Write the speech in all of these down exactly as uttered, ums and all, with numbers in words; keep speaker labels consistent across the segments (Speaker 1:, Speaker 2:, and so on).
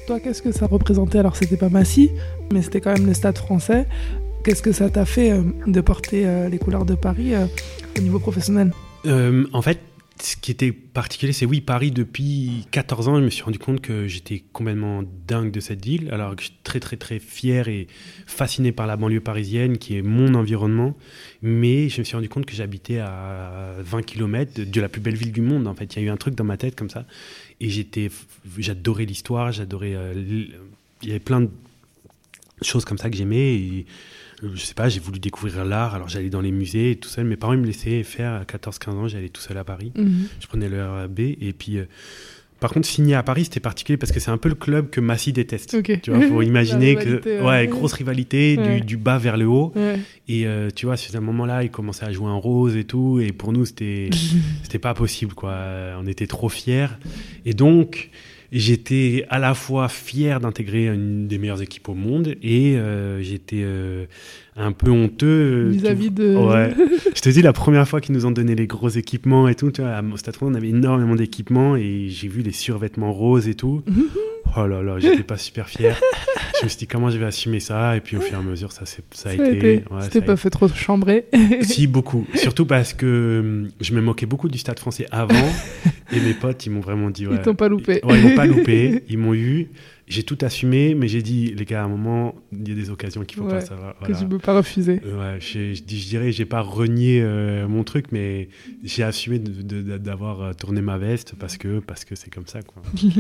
Speaker 1: Toi, qu'est-ce que ça représentait? Alors, c'était pas Massy, mais c'était quand même le Stade Français. Qu'est-ce que ça t'a fait euh, de porter euh, les couleurs de Paris euh, au niveau professionnel?
Speaker 2: euh, En fait, ce qui était particulier, c'est oui, Paris, depuis quatorze ans, je me suis rendu compte que j'étais complètement dingue de cette ville, alors que je suis très, très, très fier et fasciné par la banlieue parisienne, qui est mon environnement. Mais je me suis rendu compte que j'habitais à vingt kilomètres de, de la plus belle ville du monde, en fait. Il y a eu un truc dans ma tête comme ça. Et j'étais, j'adorais l'histoire, j'adorais... Euh, il y avait plein de choses comme ça que j'aimais. Et je sais pas, j'ai voulu découvrir l'art, alors j'allais dans les musées et tout seul. Mes parents ils me laissaient faire à quatorze quinze ans, j'allais tout seul à Paris. Mm-hmm. Je prenais le R E R B et puis... Euh, par contre, signer à Paris, c'était particulier parce que c'est un peu le club que Massy déteste. Okay. Tu vois, faut imaginer que... Ouais, ouais, grosse rivalité, ouais. du, du bas vers le haut. Ouais. Et euh, tu vois, à un moment-là, ils commençaient à jouer en rose et tout. Et pour nous, c'était, c'était pas possible, quoi. On était trop fiers. Et donc... J'étais à la fois fier d'intégrer une des meilleures équipes au monde et euh, j'étais euh, un peu honteux.
Speaker 1: Vis-à-vis de...
Speaker 2: Ouais. Je te dis, la première fois qu'ils nous ont donné les gros équements et tout, tu vois, au Stade Français, on avait énormément d'équipements et j'ai vu les survêtements roses et tout. Oh là là, j'étais pas super fier. Je me suis dit, comment je vais assumer ça? Et puis au fur et à mesure, ça, c'est, ça a ça été... été...
Speaker 1: Ouais, C'était pas a... fait trop chambrer?
Speaker 2: Si, beaucoup. Surtout parce que je me moquais beaucoup du Stade Français avant. Et mes potes, ils m'ont vraiment dit... Ouais,
Speaker 1: ils t'ont pas loupé.
Speaker 2: Ils, ouais, ils m'ont pas loupé. Ils m'ont eu. J'ai tout assumé, mais j'ai dit, les gars, à un moment, il y a des occasions qu'il faut
Speaker 1: ouais,
Speaker 2: pas savoir.
Speaker 1: Voilà. Que je peux pas refuser.
Speaker 2: Ouais, je, je, je dirais, j'ai pas renié euh, mon truc, mais j'ai assumé de, de, de, d'avoir tourné ma veste parce que, parce que c'est comme ça, quoi.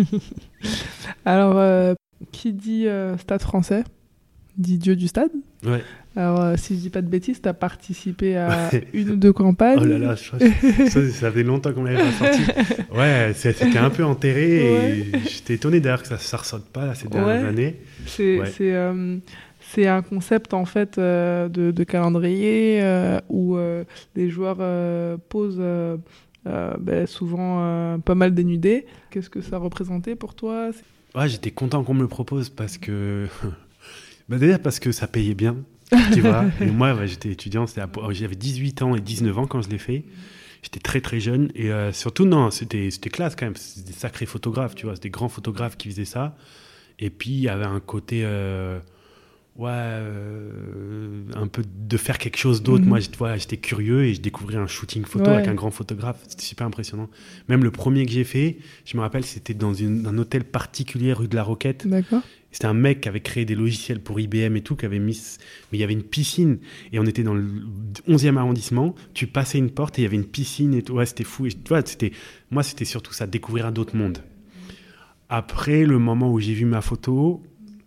Speaker 1: Alors, euh, qui dit euh, Stade Français dit Dieu du stade.
Speaker 2: Ouais.
Speaker 1: Alors, euh, si je dis pas de bêtises, tu as participé à ouais. une ou deux campagnes.
Speaker 2: Oh là là, je crois que ça, ça fait longtemps qu'on l'avait pas sorti. Ouais, c'était un peu enterré ouais. et j'étais étonné d'ailleurs que ça ne ressorte pas là, ces dernières ouais. années.
Speaker 1: C'est,
Speaker 2: ouais.
Speaker 1: c'est, euh, c'est un concept en fait euh, de, de calendrier euh, où euh, les joueurs euh, posent euh, euh, ben, souvent euh, pas mal dénudés. Qu'est-ce que ça représentait pour toi?
Speaker 2: Ouais, j'étais content qu'on me le propose parce que... bah déjà parce que ça payait bien. Tu vois, et moi ouais, j'étais étudiant, c'était à... j'avais dix-huit ans et dix-neuf ans quand je l'ai fait. J'étais très très jeune et euh, surtout non, c'était c'était classe quand même. C'était des sacrés photographes, tu vois, c'était des grands photographes qui faisaient ça. Et puis il y avait un côté euh, ouais euh, un peu de faire quelque chose d'autre. Mm-hmm. Moi j'étais, ouais, j'étais curieux et je découvrais un shooting photo ouais. avec un grand photographe. C'était super impressionnant. Même le premier que j'ai fait, je me rappelle, c'était dans une, un hôtel particulier rue de la Roquette.
Speaker 1: D'accord.
Speaker 2: C'était un mec qui avait créé des logiciels pour I B M et tout, qui avait mis... Mais il y avait une piscine, et on était dans le onzième arrondissement, tu passais une porte et il y avait une piscine et tout. Ouais, c'était fou. Et, tu vois, c'était... Moi, c'était surtout ça, découvrir un autre monde. Après, le moment où j'ai vu ma photo,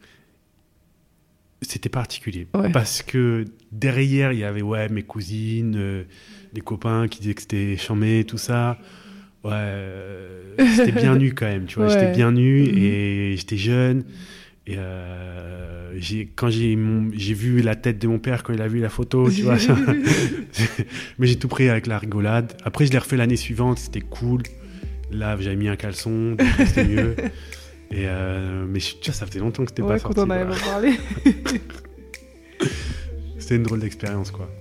Speaker 2: c'était particulier. Ouais. Parce que derrière, il y avait ouais, mes cousines, euh, des copains qui disaient que c'était chambé, tout ça. Ouais, euh, c'était bien nu quand même, tu vois. Ouais. J'étais bien nu mmh. et j'étais jeune. Et euh, j'ai, quand j'ai, mon, j'ai vu la tête de mon père quand il a vu la photo, tu vois. Mais j'ai tout pris avec la rigolade. Après, je l'ai refait l'année suivante, c'était cool. Là, j'avais mis un caleçon, donc c'était mieux. Et euh, mais tu vois, ça faisait longtemps que c'était
Speaker 1: ouais,
Speaker 2: pas sorti.
Speaker 1: Ouais, quand on avait parlé.
Speaker 2: C'était une drôle d'expérience, quoi.